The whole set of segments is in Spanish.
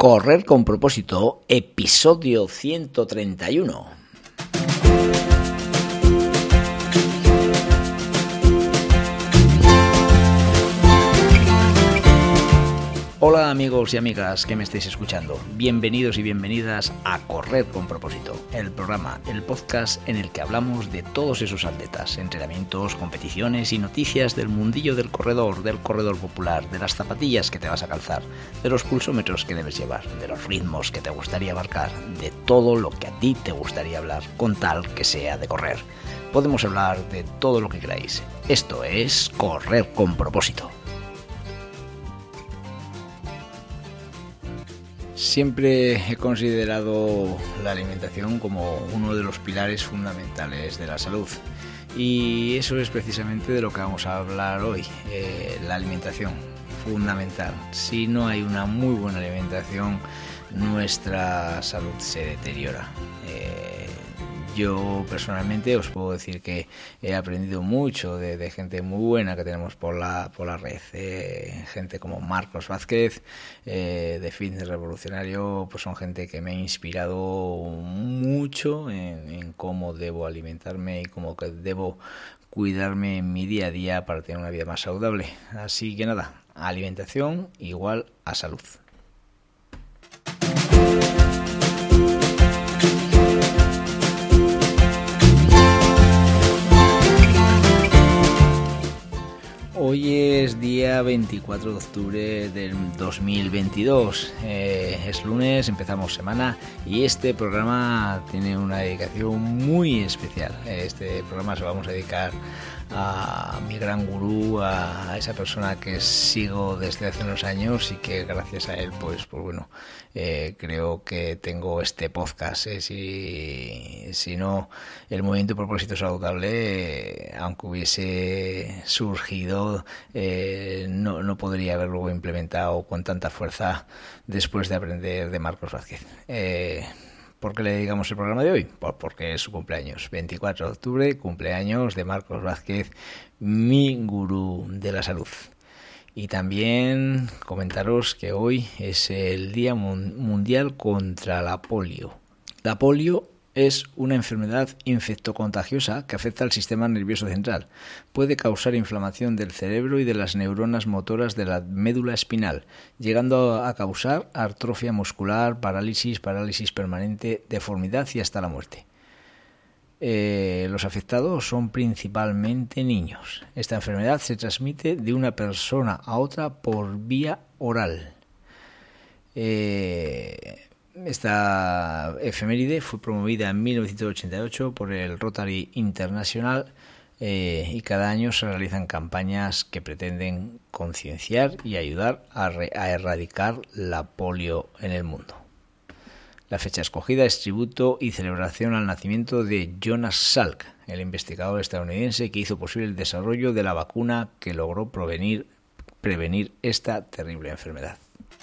Correr con propósito, episodio 131. Hola amigos y amigas que me estáis escuchando, bienvenidos y bienvenidas a Correr con propósito, el programa, el podcast en el que hablamos de todos esos atletas, entrenamientos, competiciones y noticias del mundillo del corredor popular, de las zapatillas que te vas a calzar, de los pulsómetros que debes llevar, de los ritmos que te gustaría marcar, de todo lo que a ti te gustaría hablar, con tal que sea de correr. Podemos hablar de todo lo que queráis. Esto es Correr con propósito. Siempre he considerado la alimentación como uno de los pilares fundamentales de la salud y eso es precisamente de lo que vamos a hablar hoy, la alimentación, fundamental. Si no hay una muy buena alimentación, nuestra salud se deteriora. Yo personalmente os puedo decir que he aprendido mucho de gente muy buena que tenemos por la red, gente como Marcos Vázquez, de Fitness Revolucionario, pues son gente que me ha inspirado mucho en cómo debo alimentarme y cómo debo cuidarme en mi día a día para tener una vida más saludable. Así que nada, alimentación igual a salud. Hoy es día 24 de octubre del 2022, es lunes, empezamos semana y este programa tiene una dedicación muy especial. Este programa se lo vamos a dedicar a mi gran gurú, a esa persona que sigo desde hace unos años y que gracias a él pues bueno, creo que tengo este podcast. Si no, el movimiento Propósito Saludable, aunque hubiese surgido, no podría haberlo implementado con tanta fuerza después de aprender de Marcos Vázquez. ¿Por qué le dedicamos el programa de hoy? Porque es su cumpleaños, 24 de octubre, cumpleaños de Marcos Vázquez, mi gurú de la salud. Y también comentaros que hoy es el Día Mundial contra la polio. La polio es una enfermedad infectocontagiosa que afecta al sistema nervioso central. Puede causar inflamación del cerebro y de las neuronas motoras de la médula espinal, llegando a causar atrofia muscular, parálisis permanente, deformidad y hasta la muerte. Los afectados son principalmente niños. Esta enfermedad se transmite de una persona a otra por vía oral. Esta efeméride fue promovida en 1988 por el Rotary International y cada año se realizan campañas que pretenden concienciar y ayudar a erradicar la polio en el mundo. La fecha escogida es tributo y celebración al nacimiento de Jonas Salk, el investigador estadounidense que hizo posible el desarrollo de la vacuna que logró prevenir esta terrible enfermedad.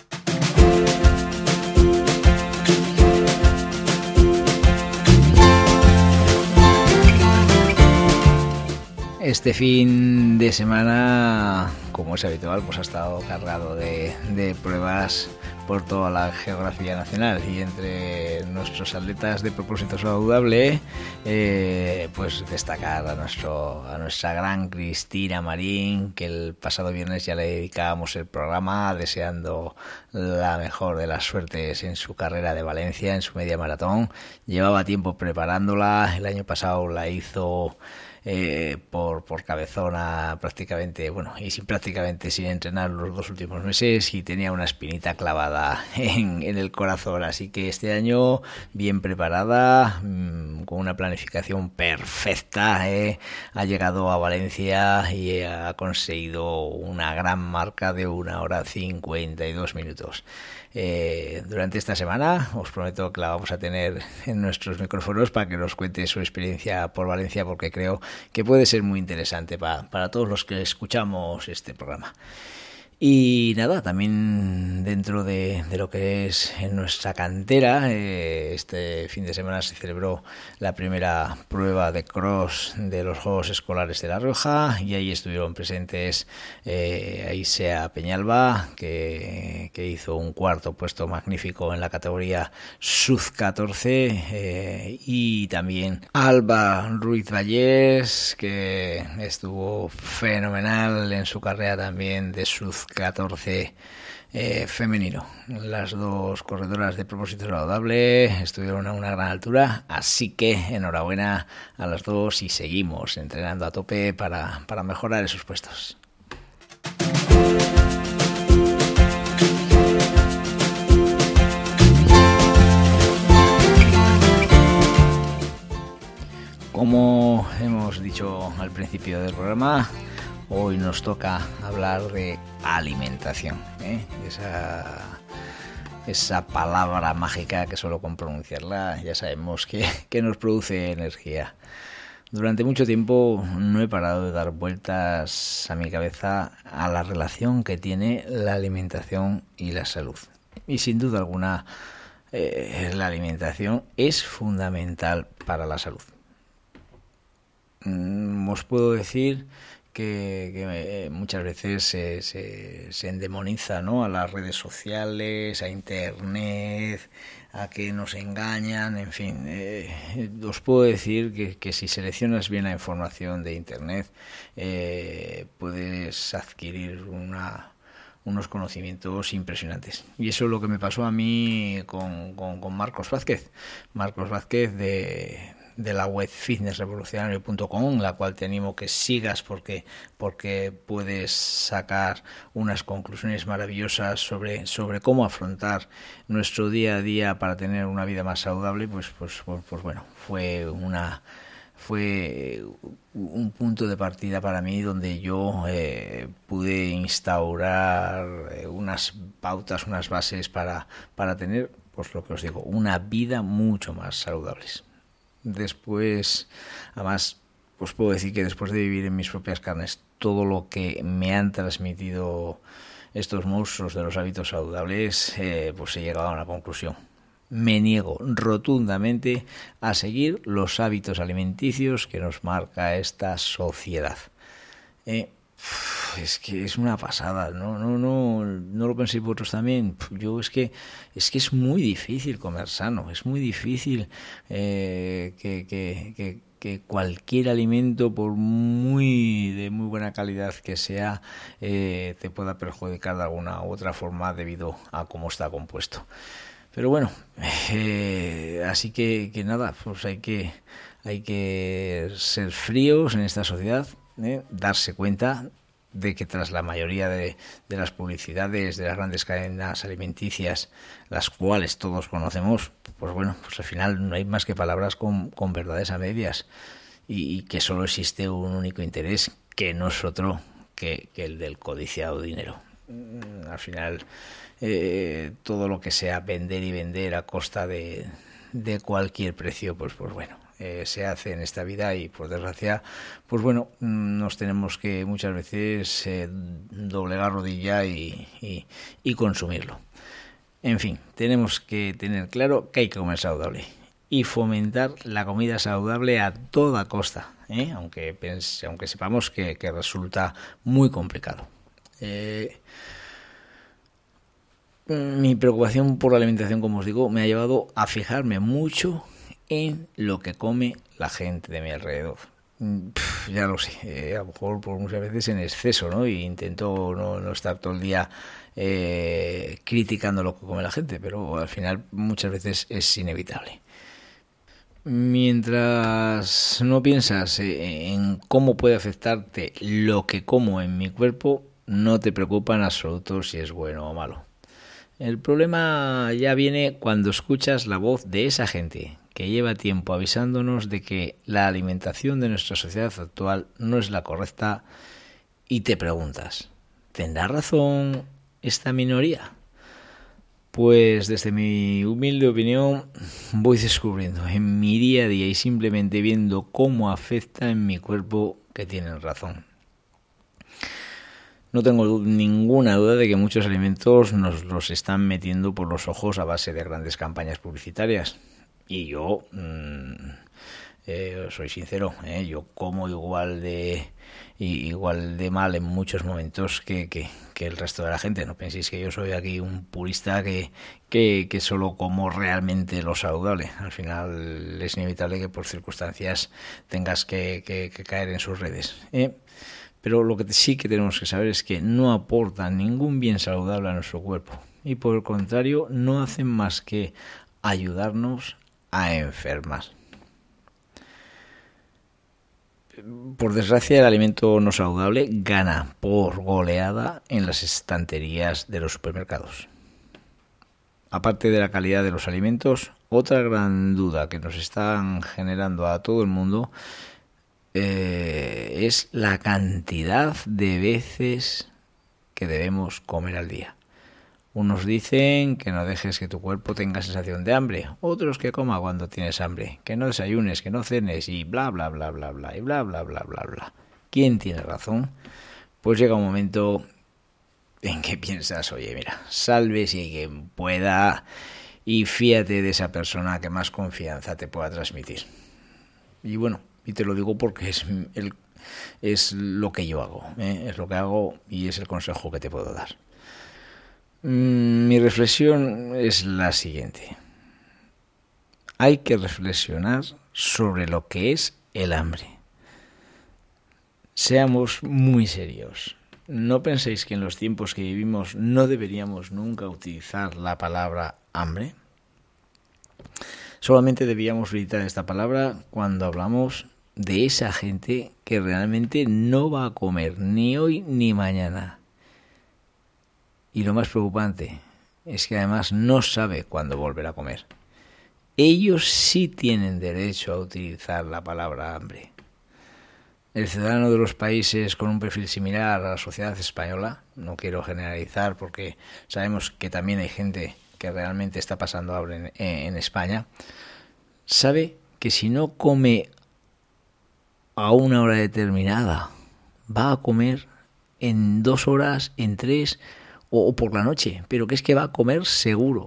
Este fin de semana, como es habitual, pues ha estado cargado de pruebas por toda la geografía nacional y entre nuestros atletas de propósito saludable, pues destacar a nuestra gran Cristina Marín, que el pasado viernes ya le dedicábamos el programa deseando la mejor de las suertes en su carrera de Valencia, en su media maratón. Llevaba tiempo preparándola, el año pasado la hizo por cabezona prácticamente, sin entrenar los 2 últimos meses y tenía una espinita clavada en el corazón, así que este año bien preparada, con una planificación perfecta, ha llegado a Valencia y ha conseguido una gran marca de 1 hora 52 minutos. Durante esta semana os prometo que la vamos a tener en nuestros micrófonos para que nos cuente su experiencia por Valencia, porque creo que puede ser muy interesante para todos los que escuchamos este programa. Y nada, también dentro de lo que es en nuestra cantera, este fin de semana se celebró la primera prueba de cross de los Juegos Escolares de La Rioja y ahí estuvieron presentes Aisea Peñalba, que hizo un cuarto puesto magnífico en la categoría Sub-14, y también Alba Ruiz Vallés, que estuvo fenomenal en su carrera también de Sub-14 femenino. Las dos corredoras de propósito saludable estuvieron a una gran altura, así que enhorabuena a las dos y seguimos entrenando a tope para mejorar esos puestos. Como hemos dicho al principio del programa, hoy nos toca hablar de alimentación, esa palabra mágica que solo con pronunciarla ya sabemos que nos produce energía. Durante mucho tiempo no he parado de dar vueltas a mi cabeza a la relación que tiene la alimentación y la salud. Y sin duda alguna, la alimentación es fundamental para la salud. Os puedo decir que muchas veces se endemoniza, ¿no?, a las redes sociales, a internet, a que nos engañan, en fin. Os puedo decir que si seleccionas bien la información de internet, puedes adquirir unos conocimientos impresionantes. Y eso es lo que me pasó a mí con Marcos Vázquez. Marcos Vázquez de la web fitnessrevolucionario.com, la cual te animo que sigas porque puedes sacar unas conclusiones maravillosas sobre cómo afrontar nuestro día a día para tener una vida más saludable. Pues bueno, fue un punto de partida para mí donde yo pude instaurar unas pautas, unas bases para tener, pues lo que os digo, una vida mucho más saludable. Después, además, os puedo decir que después de vivir en mis propias carnes todo lo que me han transmitido estos monstruos de los hábitos saludables, pues he llegado a una conclusión. Me niego rotundamente a seguir los hábitos alimenticios que nos marca esta sociedad. Es que es una pasada, no lo penséis vosotros también. Yo es que es muy difícil comer sano, es muy difícil que cualquier alimento, por de muy buena calidad que sea, te pueda perjudicar de alguna u otra forma debido a cómo está compuesto. Pero bueno, así que nada, pues hay que ser fríos en esta sociedad, darse cuenta de que tras la mayoría de las publicidades de las grandes cadenas alimenticias, las cuales todos conocemos, pues bueno, pues al final no hay más que palabras con verdades a medias y que solo existe un único interés, que no es otro que el del codiciado dinero. Al final, todo lo que sea vender y vender a costa de cualquier precio, pues bueno, se hace en esta vida y por desgracia, pues bueno, nos tenemos que muchas veces doblegar rodilla y consumirlo. En fin, tenemos que tener claro que hay que comer saludable y fomentar la comida saludable a toda costa, aunque sepamos que resulta muy complicado. Mi preocupación por la alimentación, como os digo, me ha llevado a fijarme mucho en lo que come la gente de mi alrededor. Ya lo sé, a lo mejor por muchas veces en exceso, ¿no? Y intento no estar todo el día criticando lo que come la gente, pero al final muchas veces es inevitable. Mientras no piensas en cómo puede afectarte lo que como en mi cuerpo, no te preocupa en absoluto si es bueno o malo. El problema ya viene cuando escuchas la voz de esa gente que lleva tiempo avisándonos de que la alimentación de nuestra sociedad actual no es la correcta y te preguntas, ¿tendrá razón esta minoría? Pues desde mi humilde opinión voy descubriendo en mi día a día y simplemente viendo cómo afecta en mi cuerpo que tienen razón. No tengo ninguna duda de que muchos alimentos nos los están metiendo por los ojos a base de grandes campañas publicitarias. Y yo, soy sincero, yo como igual de mal en muchos momentos que el resto de la gente. No penséis que yo soy aquí un purista que solo como realmente lo saludable. Al final es inevitable que por circunstancias tengas que caer en sus redes. Pero lo que sí que tenemos que saber es que no aportan ningún bien saludable a nuestro cuerpo. Y por el contrario, no hacen más que ayudarnos a enfermar. Por desgracia, el alimento no saludable gana por goleada en las estanterías de los supermercados. Aparte de la calidad de los alimentos, otra gran duda que nos están generando a todo el mundo es la cantidad de veces que debemos comer al día. Unos dicen que no dejes que tu cuerpo tenga sensación de hambre, otros que coma cuando tienes hambre, que no desayunes, que no cenes y bla bla bla bla bla y bla bla bla bla bla. ¿Quién tiene razón? Pues llega un momento en que piensas, oye, mira, sálvese quien pueda y fíate de esa persona que más confianza te pueda transmitir. Y bueno, y te lo digo porque es lo que yo hago, es lo que hago y es el consejo que te puedo dar. Mi reflexión es la siguiente. Hay que reflexionar sobre lo que es el hambre. Seamos muy serios. ¿No penséis que en los tiempos que vivimos no deberíamos nunca utilizar la palabra hambre? Solamente debíamos utilizar esta palabra cuando hablamos de esa gente que realmente no va a comer ni hoy ni mañana. Y lo más preocupante es que además no sabe cuándo volver a comer. Ellos sí tienen derecho a utilizar la palabra hambre. El ciudadano de los países con un perfil similar a la sociedad española, no quiero generalizar porque sabemos que también hay gente que realmente está pasando hambre en España, sabe que si no come a una hora determinada, va a comer en 2 horas, en 3 o por la noche, pero que es que va a comer seguro.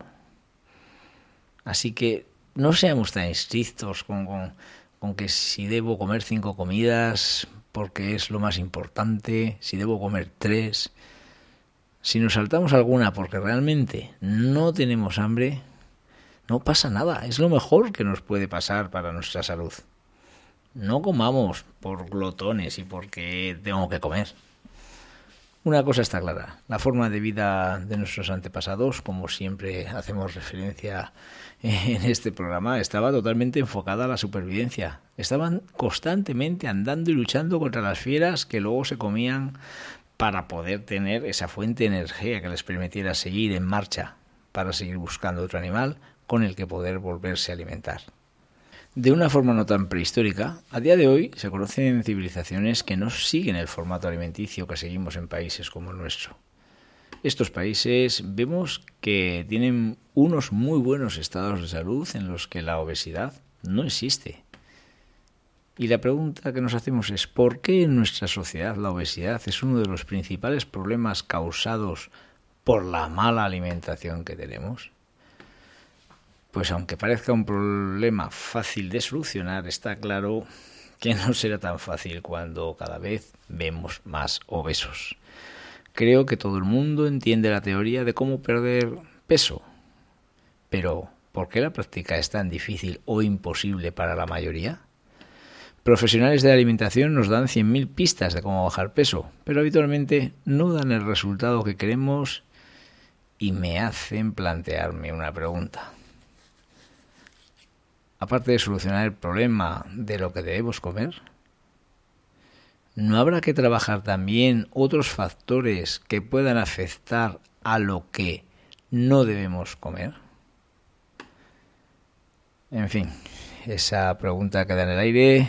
Así que no seamos tan estrictos con que si debo comer 5 comidas porque es lo más importante, si debo comer 3. Si nos saltamos alguna porque realmente no tenemos hambre, no pasa nada, es lo mejor que nos puede pasar para nuestra salud. No comamos por glotones y porque tengo que comer. Una cosa está clara, la forma de vida de nuestros antepasados, como siempre hacemos referencia en este programa, estaba totalmente enfocada a la supervivencia. Estaban constantemente andando y luchando contra las fieras que luego se comían para poder tener esa fuente de energía que les permitiera seguir en marcha, para seguir buscando otro animal con el que poder volverse a alimentar. De una forma no tan prehistórica, a día de hoy se conocen civilizaciones que no siguen el formato alimenticio que seguimos en países como el nuestro. Estos países vemos que tienen unos muy buenos estados de salud en los que la obesidad no existe. Y la pregunta que nos hacemos es ¿por qué en nuestra sociedad la obesidad es uno de los principales problemas causados por la mala alimentación que tenemos? Pues aunque parezca un problema fácil de solucionar, está claro que no será tan fácil cuando cada vez vemos más obesos. Creo que todo el mundo entiende la teoría de cómo perder peso, pero ¿por qué la práctica es tan difícil o imposible para la mayoría? Profesionales de la alimentación nos dan 100.000 pistas de cómo bajar peso, pero habitualmente no dan el resultado que queremos y me hacen plantearme una pregunta. Aparte de solucionar el problema de lo que debemos comer, ¿no habrá que trabajar también otros factores que puedan afectar a lo que no debemos comer? En fin, esa pregunta queda en el aire.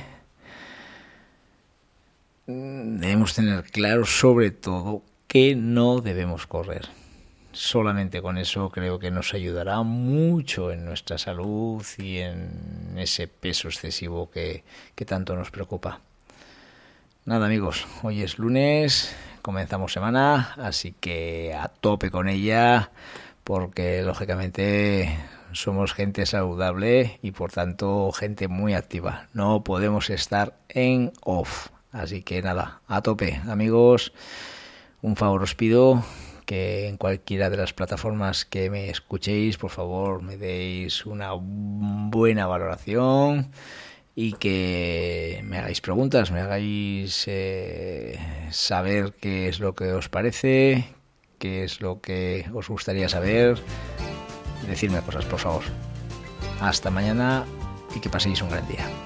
Debemos tener claro sobre todo que no debemos correr. Solamente con eso creo que nos ayudará mucho en nuestra salud y en ese peso excesivo que tanto nos preocupa. Nada amigos, hoy es lunes, comenzamos semana, así que a tope con ella, porque lógicamente somos gente saludable y por tanto gente muy activa. No podemos estar en off. Así que nada, a tope amigos. Un favor os pido, que en cualquiera de las plataformas que me escuchéis, por favor me deis una buena valoración y que me hagáis preguntas, me hagáis saber qué es lo que os parece, qué es lo que os gustaría saber. Decidme cosas, por favor. Hasta mañana y que paséis un gran día.